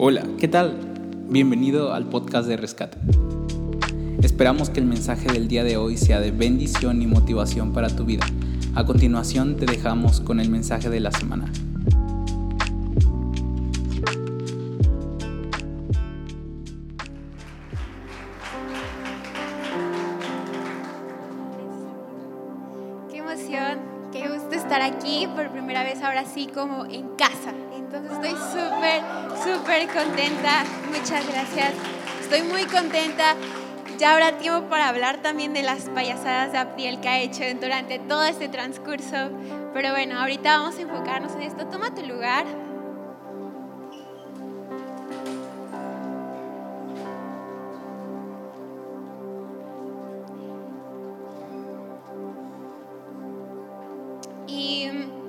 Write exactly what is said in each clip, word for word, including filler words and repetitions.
Hola, ¿qué tal? Bienvenido al podcast de Rescate. Esperamos que el mensaje del día de hoy sea de bendición y motivación para tu vida. A continuación te dejamos con el mensaje de la semana. Qué emoción, qué gusto estar aquí por primera vez ahora sí como en casa. Entonces estoy súper, súper contenta. Muchas gracias. Estoy muy contenta. Ya habrá tiempo para hablar también de las payasadas de Abdiel que ha hecho durante todo este transcurso. Pero bueno, ahorita vamos a enfocarnos en esto. Toma tu lugar. Y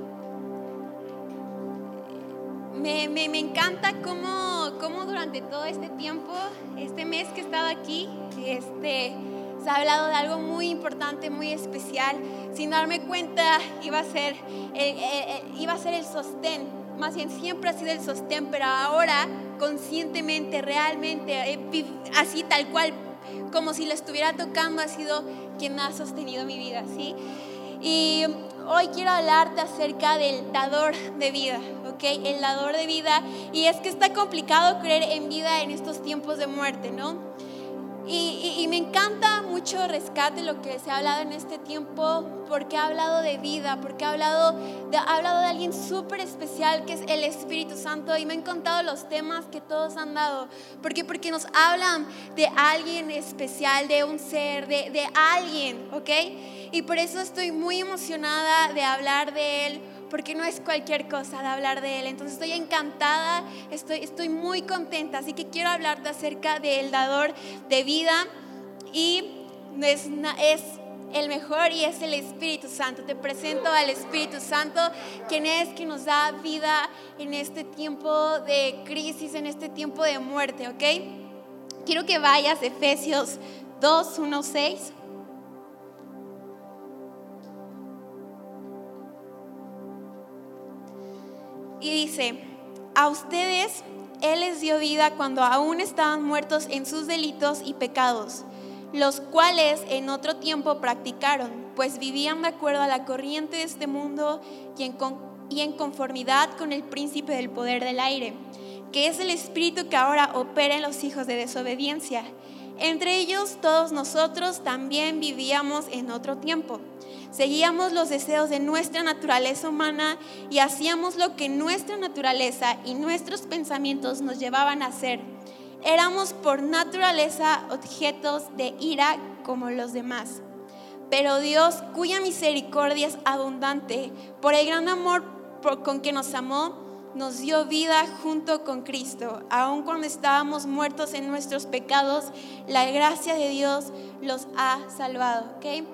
me, me, me encanta cómo, cómo durante todo este tiempo, este mes que he estado aquí, este, se ha hablado de algo muy importante, muy especial. Sin darme cuenta, iba a ser el, el, iba a ser el sostén. Más bien, siempre ha sido el sostén, pero ahora, conscientemente, realmente, así tal cual, como si lo estuviera tocando, ha sido quien ha sostenido mi vida, ¿sí? Y hoy quiero hablarte acerca del dador de vida, ¿ok? El dador de vida. Y es que está complicado creer en vida en estos tiempos de muerte, ¿no? Y, y, y me encanta mucho Rescate lo que se ha hablado en este tiempo, porque ha hablado de vida, porque ha hablado de, ha hablado de alguien súper especial que es el Espíritu Santo. Y me han contado los temas que todos han dado. ¿Por qué? Porque nos hablan de alguien especial, de un ser, de, de alguien, ¿ok? Y por eso estoy muy emocionada de hablar de Él, porque no es cualquier cosa de hablar de Él. Entonces estoy encantada, estoy, estoy muy contenta. Así que quiero hablarte acerca del dador de vida. Y es, es el mejor y es el Espíritu Santo. Te presento al Espíritu Santo, quien es quien nos da vida en este tiempo de crisis, en este tiempo de muerte, ¿ok? Quiero que vayas a Efesios dos, uno, seis. Y dice: a ustedes Él les dio vida cuando aún estaban muertos en sus delitos y pecados, los cuales en otro tiempo practicaron, pues vivían de acuerdo a la corriente de este mundo y en, con, y en conformidad con el príncipe del poder del aire, que es el espíritu que ahora opera en los hijos de desobediencia. Entre ellos todos nosotros también vivíamos en otro tiempo. Seguíamos los deseos de nuestra naturaleza humana y hacíamos lo que nuestra naturaleza y nuestros pensamientos nos llevaban a hacer. Éramos por naturaleza objetos de ira como los demás. Pero Dios, cuya misericordia es abundante, por el gran amor con que nos amó, nos dio vida junto con Cristo. Aun cuando estábamos muertos en nuestros pecados, la gracia de Dios los ha salvado, ¿ok?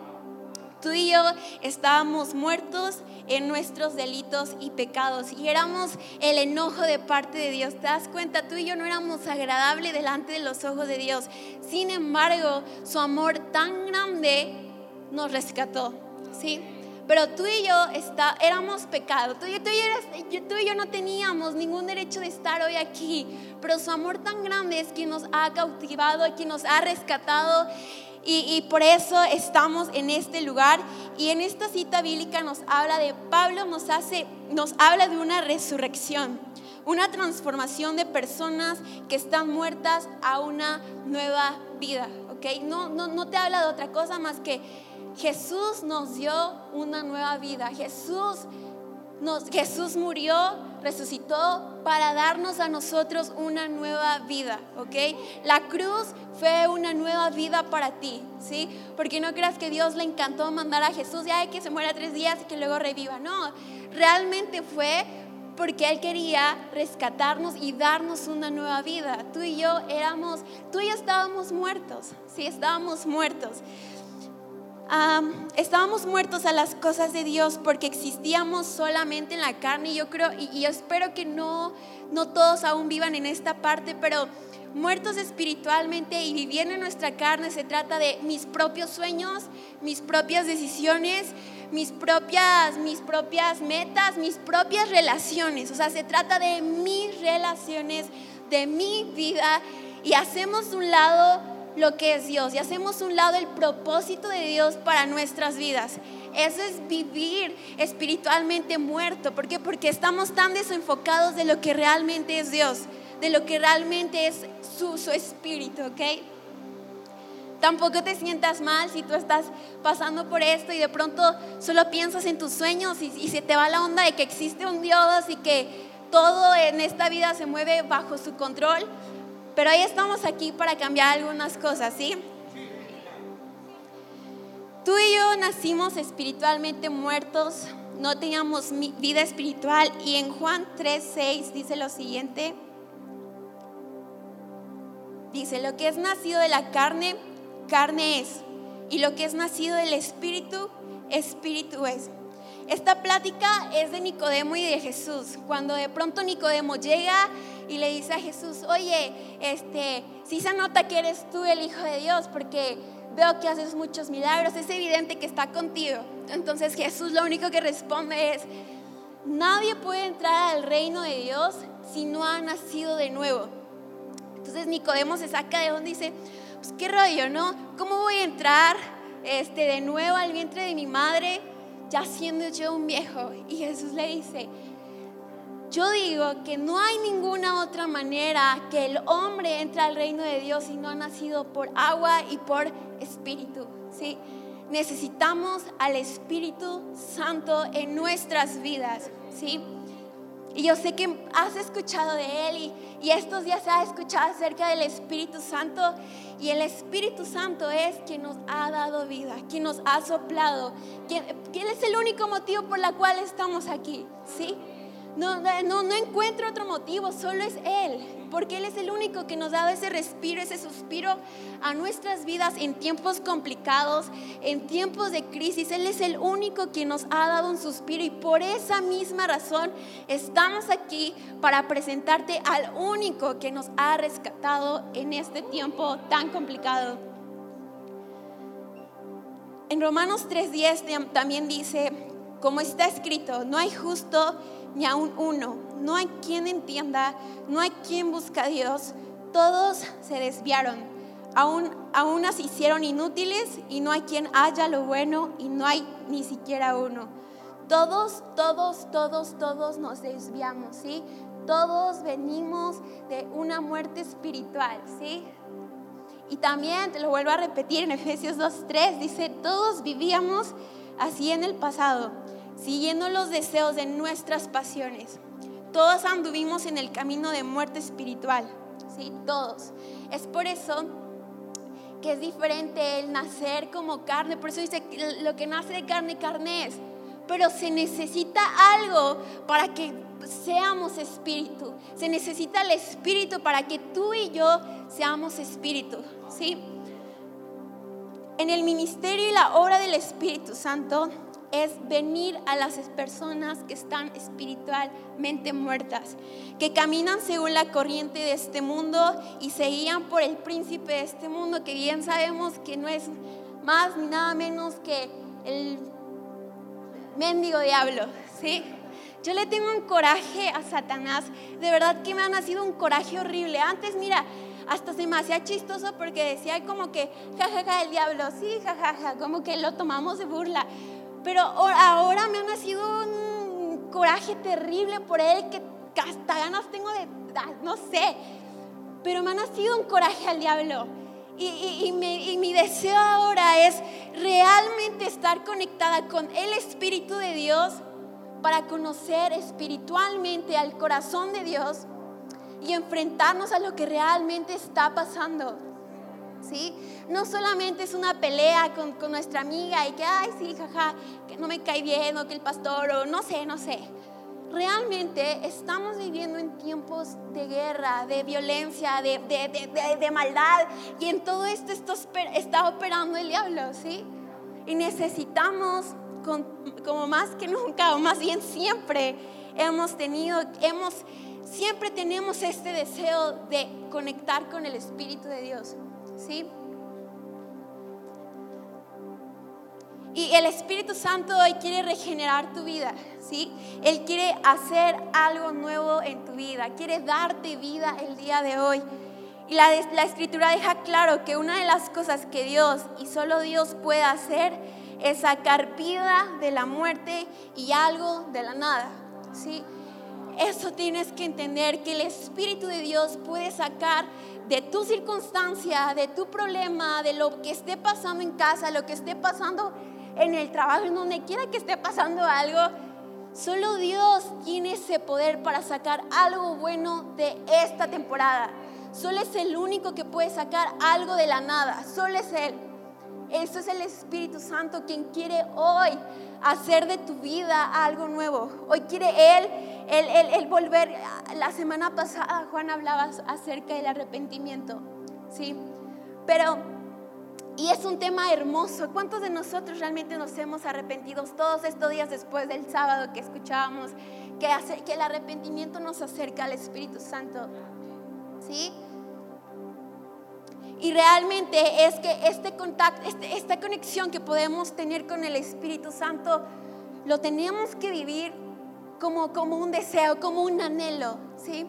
Tú y yo estábamos muertos en nuestros delitos y pecados y éramos el enojo de parte de Dios. ¿Te das cuenta? Tú y yo no éramos agradables delante de los ojos de Dios. Sin embargo, su amor tan grande nos rescató, ¿sí? Pero tú y yo está, éramos pecado. Tú y, tú, y eras, yo, tú y yo no teníamos ningún derecho de estar hoy aquí. Pero su amor tan grande es quien nos ha cautivado, quien nos ha rescatado. Y, y por eso estamos en este lugar. Y en esta cita bíblica nos habla de Pablo, nos, hace, nos habla de una resurrección, una transformación de personas que están muertas a una nueva vida, ¿ok? No, no, no te habla de otra cosa más que Jesús nos dio una nueva vida. Jesús, nos, Jesús murió, resucitó para darnos a nosotros una nueva vida, ¿ok? La cruz fue una nueva vida para ti, ¿sí? Porque no creas que Dios le encantó mandar a Jesús ya que se muera tres días y que luego reviva. No, realmente fue porque Él quería rescatarnos y darnos una nueva vida. Tú y yo éramos, tú y yo estábamos muertos, ¿sí? Estábamos muertos. Um, estábamos muertos a las cosas de Dios porque existíamos solamente en la carne. Y yo creo y, y yo espero que no, no todos aún vivan en esta parte, pero muertos espiritualmente y viviendo en nuestra carne se trata de mis propios sueños, mis propias decisiones, mis propias, mis propias metas, mis propias relaciones. O sea, se trata de mis relaciones de mi vida y hacemos un lado lo que es Dios y hacemos un lado el propósito de Dios para nuestras vidas. Eso es vivir espiritualmente muerto. ¿Por qué? Porque estamos tan desenfocados de lo que realmente es Dios, de lo que realmente es su, su espíritu, ¿ok? Tampoco te sientas mal si tú estás pasando por esto y de pronto solo piensas en tus sueños y, y se te va la onda de que existe un Dios y que todo en esta vida se mueve bajo su control. Pero ahí estamos aquí para cambiar algunas cosas, ¿sí? Tú y yo nacimos espiritualmente muertos, no teníamos vida espiritual, y en Juan tres seis dice lo siguiente. Dice: lo que es nacido de la carne, carne es, y lo que es nacido del espíritu, espíritu es. Esta plática es de Nicodemo y de Jesús. Cuando de pronto Nicodemo llega y le dice a Jesús: oye, este, sí se nota que eres tú el Hijo de Dios, porque veo que haces muchos milagros, es evidente que está contigo. Entonces Jesús lo único que responde es: nadie puede entrar al reino de Dios si no ha nacido de nuevo. Entonces Nicodemo se saca de donde dice: pues qué rollo, ¿no? ¿Cómo voy a entrar este, de nuevo al vientre de mi madre ya siendo yo un viejo? Y Jesús le dice: yo digo que no hay ninguna otra manera que el hombre entre al reino de Dios si no ha nacido por agua y por espíritu, ¿sí? Necesitamos al Espíritu Santo en nuestras vidas, ¿sí? Y yo sé que has escuchado de Él y, y estos días se ha escuchado acerca del Espíritu Santo. Y el Espíritu Santo es quien nos ha dado vida, quien nos ha soplado, quien, quien es el único motivo por el cual estamos aquí, ¿sí? No, no, no encuentro otro motivo, solo es Él, porque Él es el único que nos ha dado ese respiro, ese suspiro a nuestras vidas en tiempos complicados, en tiempos de crisis. Él es el único que nos ha dado un suspiro, y por esa misma razón estamos aquí para presentarte al único que nos ha rescatado en este tiempo tan complicado. En Romanos tres diez también dice: como está escrito, no hay justo ni aún uno, no hay quien entienda, no hay quien busque a Dios, todos se desviaron, aún, aún se hicieron inútiles, y no hay quien haya lo bueno, y no hay ni siquiera uno. Todos, todos, todos, todos nos desviamos, ¿sí? Todos venimos de una muerte espiritual, ¿sí? Y también, te lo vuelvo a repetir, en Efesios dos tres dice: todos vivíamos así en el pasado, siguiendo los deseos de nuestras pasiones. Todos anduvimos en el camino de muerte espiritual, ¿sí? Todos. Es por eso que es diferente el nacer como carne. Por eso dice que lo que nace de carne, carne es. Pero se necesita algo para que seamos espíritu. Se necesita el espíritu para que tú y yo seamos espíritu, ¿sí? En el ministerio y la obra del Espíritu Santo es venir a las personas que están espiritualmente muertas, que caminan según la corriente de este mundo y se guían por el príncipe de este mundo, que bien sabemos que no es más ni nada menos que el mendigo diablo, ¿sí? Yo le tengo un coraje a Satanás, de verdad que me ha nacido un coraje horrible. Antes, mira, hasta se me hacía chistoso porque decía como que jajaja, ja, ja, el diablo, sí, jajaja, ja, ja, como que lo tomamos de burla. Pero ahora me ha nacido un coraje terrible por él, que hasta ganas tengo de, no sé, pero me ha nacido un coraje al diablo. Y, y, y, me, y mi deseo ahora es realmente estar conectada con el Espíritu de Dios para conocer espiritualmente al corazón de Dios y enfrentarnos a lo que realmente está pasando, ¿sí? No solamente es una pelea con, con nuestra amiga y que, ay, sí, jaja, que no me cae bien, o que el pastor, o no sé, no sé. Realmente estamos viviendo en tiempos de guerra, de violencia, de, de, de, de, de maldad, y en todo esto está, está operando el diablo, ¿sí? Y necesitamos, con, como más que nunca, o más bien siempre hemos tenido, hemos, siempre tenemos este deseo de conectar con el Espíritu de Dios, ¿sí? Y el Espíritu Santo hoy quiere regenerar tu vida, ¿sí? Él quiere hacer algo nuevo en tu vida, quiere darte vida el día de hoy. Y la, la Escritura deja claro que una de las cosas que Dios y solo Dios puede hacer es sacar vida de la muerte y algo de la nada, ¿sí? Eso tienes que entender, que el Espíritu de Dios puede sacar de tu circunstancia, de tu problema, de lo que esté pasando en casa, lo que esté pasando en el trabajo, en donde quiera que esté pasando algo. Solo Dios tiene ese poder para sacar algo bueno de esta temporada. Solo es el único que puede sacar algo de la nada, solo es Él. Eso es el Espíritu Santo quien quiere hoy hacer de tu vida algo nuevo. Hoy quiere Él, Él, Él, Él volver. La semana pasada Juan hablaba acerca del arrepentimiento, ¿sí? Pero, y es un tema hermoso. ¿Cuántos de nosotros realmente nos hemos arrepentido todos estos días después del sábado que escuchábamos que, hace, que el arrepentimiento nos acerca al Espíritu Santo? ¿Sí? Y realmente es que este contacto, este, esta conexión que podemos tener con el Espíritu Santo, lo tenemos que vivir como, como un deseo, como un anhelo, ¿sí?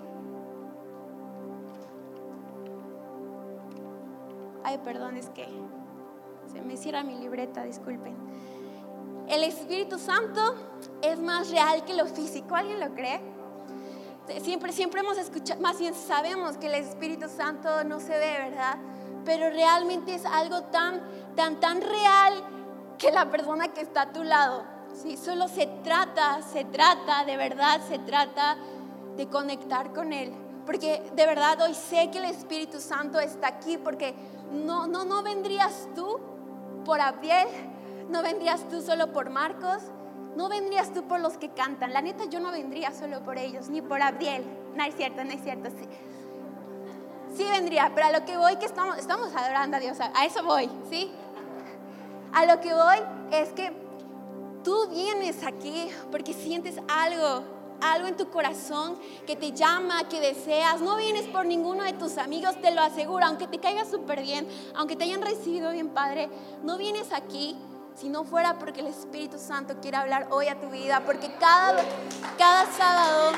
Ay, perdón, es que se me cierra mi libreta, disculpen. El Espíritu Santo es más real que lo físico, ¿alguien lo cree? Siempre, siempre hemos escuchado, más bien sabemos que el Espíritu Santo no se ve, ¿verdad? Pero realmente es algo tan, tan, tan real que la persona que está a tu lado, ¿sí? Solo se trata, se trata, de verdad se trata de conectar con Él. Porque de verdad hoy sé que el Espíritu Santo está aquí, porque no, no, no vendrías tú por Abdiel, no vendrías tú solo por Marcos, no vendrías tú por los que cantan. La neta, yo no vendría solo por ellos, ni por Abdiel. No es cierto, no es cierto. Sí, sí vendría, pero a lo que voy, que estamos, estamos adorando a Dios, a, a eso voy, ¿sí? A lo que voy es que tú vienes aquí porque sientes algo, algo en tu corazón que te llama, que deseas. No vienes por ninguno de tus amigos, te lo aseguro, aunque te caiga súper bien, aunque te hayan recibido bien padre. No vienes aquí si no fuera porque el Espíritu Santo quiere hablar hoy a tu vida, porque cada, cada sábado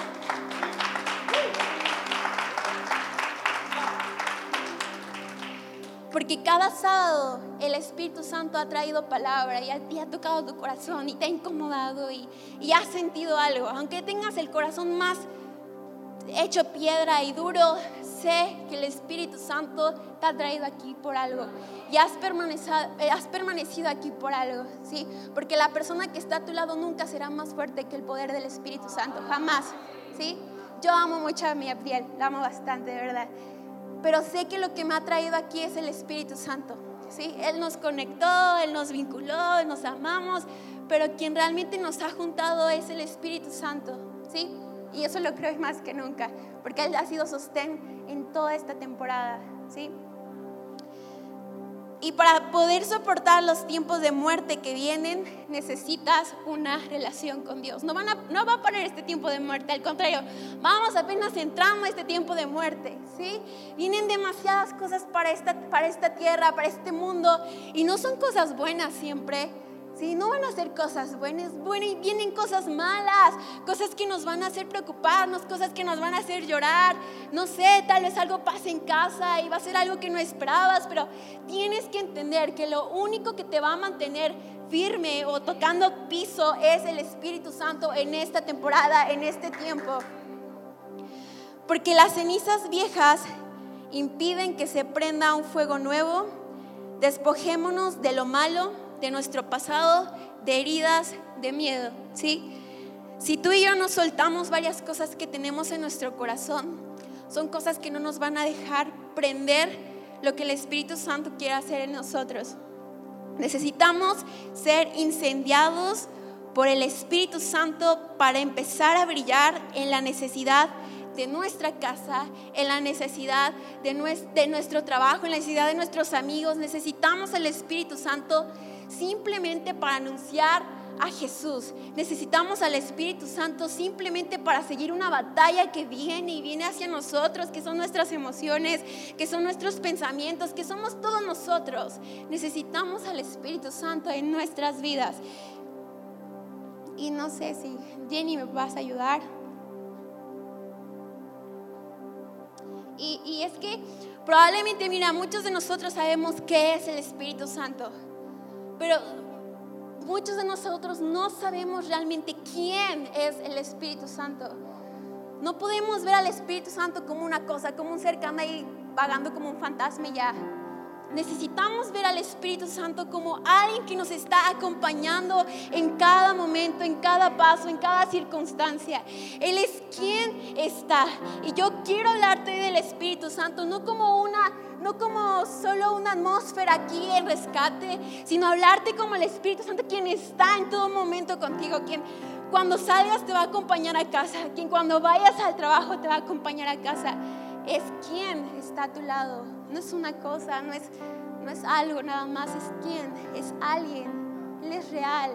porque cada sábado el Espíritu Santo ha traído palabra y ha, y ha tocado tu corazón y te ha incomodado y, y has sentido algo. Aunque tengas el corazón más hecho piedra y duro, sé que el Espíritu Santo te ha traído aquí por algo y has permanecido, has permanecido aquí por algo, ¿sí? Porque la persona que está a tu lado nunca será más fuerte que el poder del Espíritu Santo, jamás, ¿sí? Yo amo mucho a mi Abdiel, la amo bastante, de verdad, pero sé que lo que me ha traído aquí es el Espíritu Santo, ¿sí? Él nos conectó, Él nos vinculó, nos amamos, pero quien realmente nos ha juntado es el Espíritu Santo, ¿sí? Y eso lo creo más que nunca, porque Él ha sido sostén en toda esta temporada, ¿sí? Y para poder soportar los tiempos de muerte que vienen, necesitas una relación con Dios. No, van a, no va a poner este tiempo de muerte, al contrario, vamos apenas entrando a este tiempo de muerte, ¿sí? Vienen demasiadas cosas para esta, para esta tierra, para este mundo, y no son cosas buenas siempre. Sí, no van a ser cosas buenas, bueno, y vienen cosas malas, cosas que nos van a hacer preocuparnos, cosas que nos van a hacer llorar. No sé, tal vez algo pase en casa y va a ser algo que no esperabas, pero tienes que entender que lo único que te va a mantener firme o tocando piso es el Espíritu Santo en esta temporada, en este tiempo. Porque las cenizas viejas impiden que se prenda un fuego nuevo. Despojémonos de lo malo, de nuestro pasado, de heridas, de miedo, ¿sí? Si tú y yo nos soltamos varias cosas que tenemos en nuestro corazón, son cosas que no nos van a dejar prender lo que el Espíritu Santo quiere hacer en nosotros. Necesitamos ser incendiados por el Espíritu Santo para empezar a brillar en la necesidad de nuestra casa, en la necesidad de nuestro, de nuestro trabajo, en la necesidad de nuestros amigos. Necesitamos el Espíritu Santo simplemente para anunciar a Jesús. Necesitamos al Espíritu Santo simplemente para seguir una batalla que viene y viene hacia nosotros, que son nuestras emociones, que son nuestros pensamientos, que somos todos nosotros. Necesitamos al Espíritu Santo en nuestras vidas. Y no sé si Jenny me vas a ayudar. Y, y es que probablemente, mira, muchos de nosotros sabemos qué es el Espíritu Santo, pero muchos de nosotros no sabemos realmente quién es el Espíritu Santo. No podemos ver al Espíritu Santo como una cosa, como un ser que anda ahí vagando como un fantasma y ya. Necesitamos ver al Espíritu Santo como alguien que nos está acompañando en cada momento, en cada paso, en cada circunstancia. Él es quien está. Y yo quiero hablarte del Espíritu Santo, no como una, no como solo una atmósfera aquí en Rescate, sino hablarte como el Espíritu Santo, quien está en todo momento contigo, quien cuando salgas te va a acompañar a casa, quien cuando vayas al trabajo te va a acompañar a casa. Es quien está a tu lado. No es una cosa, no es, no es algo nada más, es quien, es alguien. Él es real.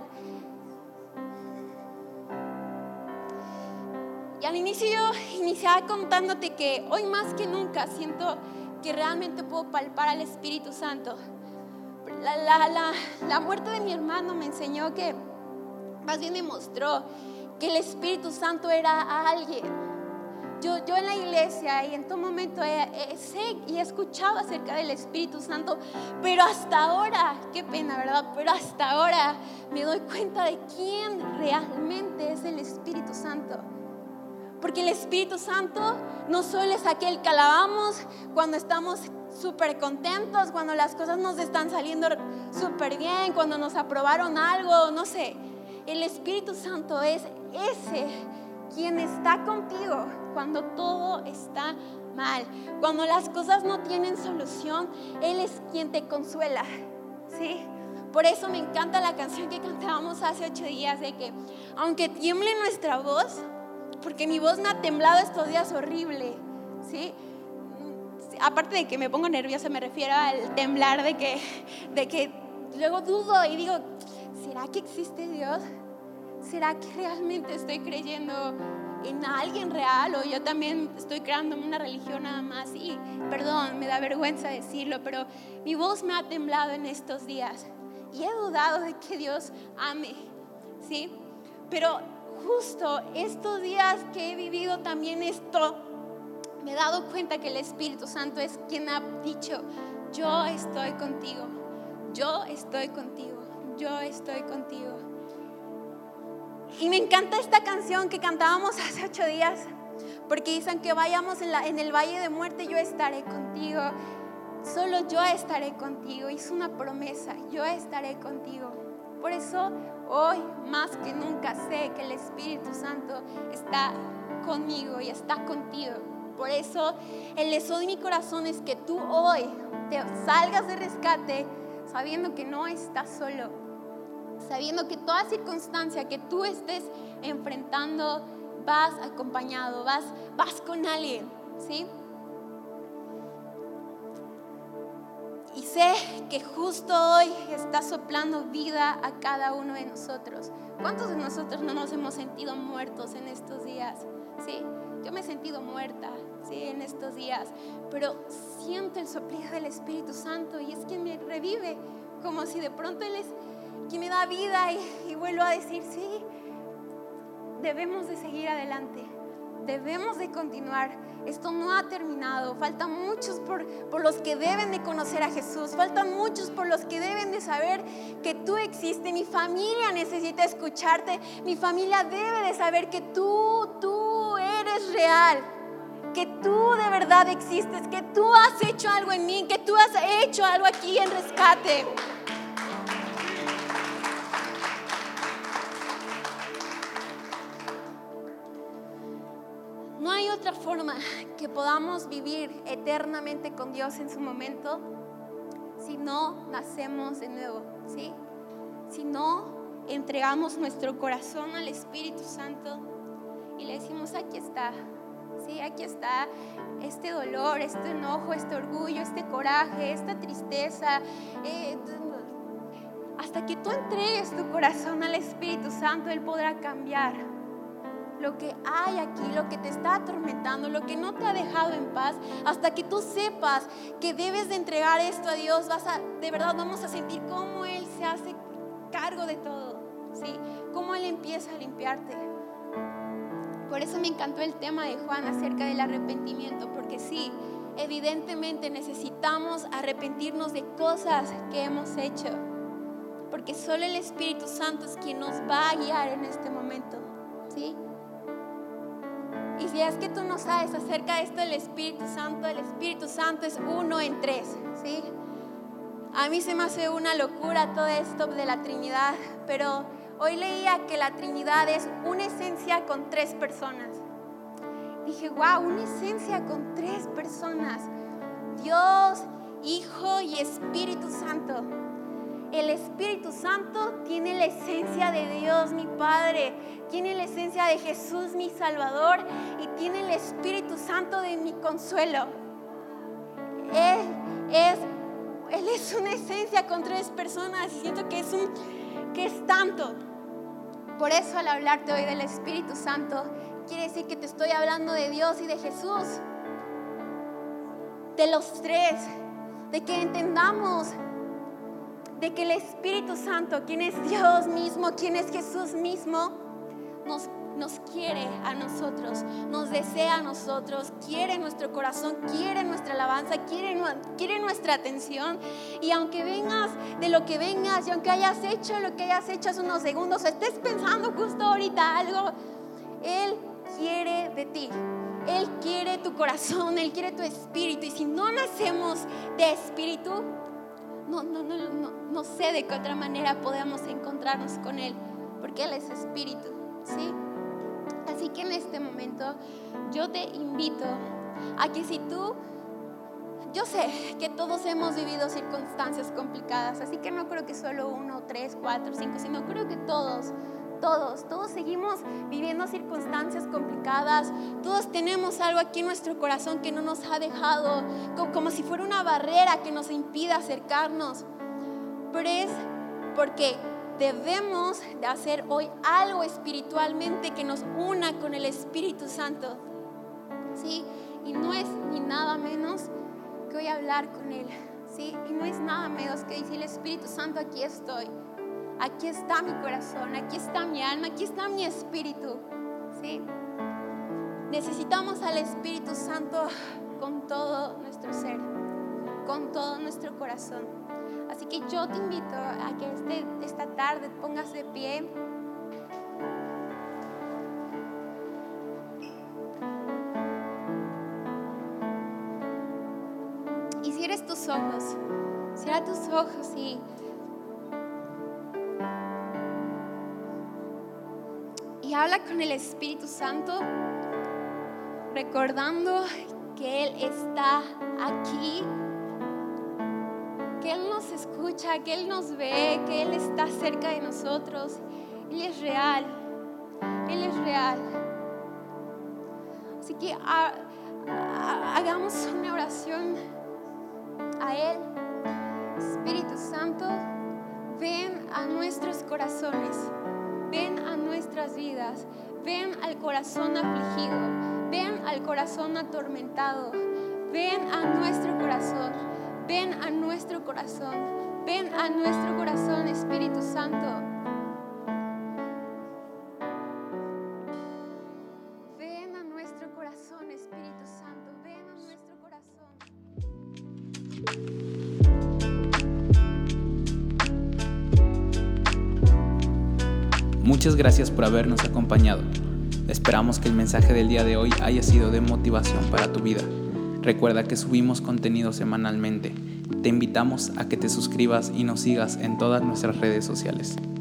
Y al inicio yo iniciaba contándote que hoy más que nunca siento que realmente puedo palpar al Espíritu Santo. La, la, la, la muerte de mi hermano me enseñó que, más bien me mostró que el Espíritu Santo era alguien. Yo, yo en la iglesia y en todo momento he, he, sé y he escuchado acerca del Espíritu Santo, pero hasta ahora, qué pena, ¿verdad? Pero hasta ahora me doy cuenta de quién realmente es el Espíritu Santo. Porque el Espíritu Santo no solo es aquel que alabamos cuando estamos súper contentos, cuando las cosas nos están saliendo súper bien, cuando nos aprobaron algo, no sé. El Espíritu Santo es ese quien está contigo cuando todo está mal, cuando las cosas no tienen solución. Él es quien te consuela, ¿sí? Por eso me encanta la canción que cantábamos hace ocho días de que aunque tiemble nuestra voz, porque mi voz me ha temblado estos días horrible, ¿sí? Aparte de que me pongo nerviosa, me refiero al temblar de que, de que luego dudo y digo, ¿será que existe Dios? ¿Será que realmente estoy creyendo en alguien real o yo también estoy creando una religión nada más? Y perdón, me da vergüenza decirlo, pero mi voz me ha temblado en estos días y he dudado de que Dios ame, ¿sí? Pero justo estos días que he vivido también esto, me he dado cuenta que el Espíritu Santo es quien ha dicho, yo estoy contigo, yo estoy contigo, yo estoy contigo. Y me encanta esta canción que cantábamos hace ocho días, porque dicen que vayamos en, la, en el valle de muerte, yo estaré contigo, solo yo estaré contigo. Es una promesa, yo estaré contigo. Por eso hoy más que nunca sé que el Espíritu Santo está conmigo y está contigo. Por eso el deseo de mi corazón es que tú hoy te salgas de Rescate sabiendo que no estás solo, sabiendo que toda circunstancia que tú estés enfrentando vas acompañado, vas, vas con alguien, ¿sí? Y sé que justo hoy está soplando vida a cada uno de nosotros. ¿Cuántos de nosotros no nos hemos sentido muertos en estos días? ¿Sí? Yo me he sentido muerta, ¿sí? En estos días, pero siento el soplido del Espíritu Santo y es quien me revive, como si de pronto Él es quien me da vida y, y vuelvo a decir, sí, debemos de seguir adelante, debemos de continuar. Esto no ha terminado, faltan muchos por, por los que deben de conocer a Jesús, faltan muchos por los que deben de saber que tú existes. Mi familia necesita escucharte, mi familia debe de saber que tú, tú eres real, que tú de verdad existes, que tú has hecho algo en mí, que tú has hecho algo aquí en Rescate. No hay otra forma que podamos vivir eternamente con Dios en su momento si no nacemos de nuevo, ¿sí? Si no entregamos nuestro corazón al Espíritu Santo y le decimos, aquí está, ¿sí? Aquí está este dolor, este enojo, este orgullo, este coraje, esta tristeza, eh, hasta hasta que tú entregues tu corazón al Espíritu Santo, Él podrá cambiar lo que hay aquí, lo que te está atormentando, lo que no te ha dejado en paz. Hasta que tú sepas que debes de entregar esto a Dios, vas a, de verdad vamos a sentir cómo Él se hace cargo de todo, ¿sí? Cómo Él empieza a limpiarte. Por eso me encantó el tema de Juan acerca del arrepentimiento, porque sí, evidentemente necesitamos arrepentirnos de cosas que hemos hecho, porque solo el Espíritu Santo es quien nos va a guiar en este momento, ¿sí? Y si es que tú no sabes acerca de esto del Espíritu Santo, el Espíritu Santo es uno en tres, ¿sí? A mí se me hace una locura todo esto de la Trinidad, pero hoy leía que la Trinidad es una esencia con tres personas. Dije, wow, una esencia con tres personas: Dios, Hijo y Espíritu Santo. El Espíritu Santo tiene la esencia de Dios, mi Padre, tiene la esencia de Jesús, mi Salvador, y tiene el Espíritu Santo de mi consuelo. Él es, él es una esencia con tres personas y siento que es, un, que es tanto. Por eso al hablarte hoy del Espíritu Santo, quiere decir que te estoy hablando de Dios y de Jesús, de los tres, de que entendamos de que el Espíritu Santo, quien es Dios mismo, quien es Jesús mismo, nos, nos quiere a nosotros, nos desea a nosotros, quiere nuestro corazón, quiere nuestra alabanza, quiere, quiere nuestra atención. Y aunque vengas de lo que vengas, y aunque hayas hecho lo que hayas hecho hace unos segundos, o estés pensando justo ahorita algo, Él quiere de ti. Él quiere tu corazón, Él quiere tu espíritu. Y si no nacemos de espíritu, No, no, no, no, no sé de qué otra manera podemos encontrarnos con Él, porque Él es espíritu, ¿sí? Así que en este momento yo te invito a que si tú, yo sé que todos hemos vivido circunstancias complicadas, así que no creo que solo uno, tres, cuatro, cinco, sino creo que todos, todos, todos seguimos viviendo circunstancias complicadas. Todos tenemos algo aquí en nuestro corazón que no nos ha dejado, como, como si fuera una barrera que nos impide acercarnos. Pero es porque debemos de hacer hoy algo espiritualmente que nos una con el Espíritu Santo, ¿sí? Y no es ni nada menos que hoy hablar con Él, ¿sí? Y no es nada menos que decirle: Espíritu Santo, aquí estoy. Aquí está mi corazón, aquí está mi alma, aquí está mi espíritu, ¿sí? Necesitamos al Espíritu Santo con todo nuestro ser, con todo nuestro corazón. Así que yo te invito a que este, esta tarde te pongas de pie. Y cierres tus ojos, cierra tus ojos y Y habla con el Espíritu Santo, recordando que Él está aquí, que Él nos escucha, que Él nos ve, que Él está cerca de nosotros. Él es real, Él es real. Así que ha, ha, hagamos una oración a Él. Espíritu Santo, ven a nuestros corazones. Ven a nuestras vidas, ven al corazón afligido, ven al corazón atormentado, ven a nuestro corazón, ven a nuestro corazón, ven a nuestro corazón, Espíritu Santo. Ven a nuestro corazón, Espíritu Santo, ven a nuestro corazón. Muchas gracias por habernos acompañado. Esperamos que el mensaje del día de hoy haya sido de motivación para tu vida. Recuerda que subimos contenido semanalmente. Te invitamos a que te suscribas y nos sigas en todas nuestras redes sociales.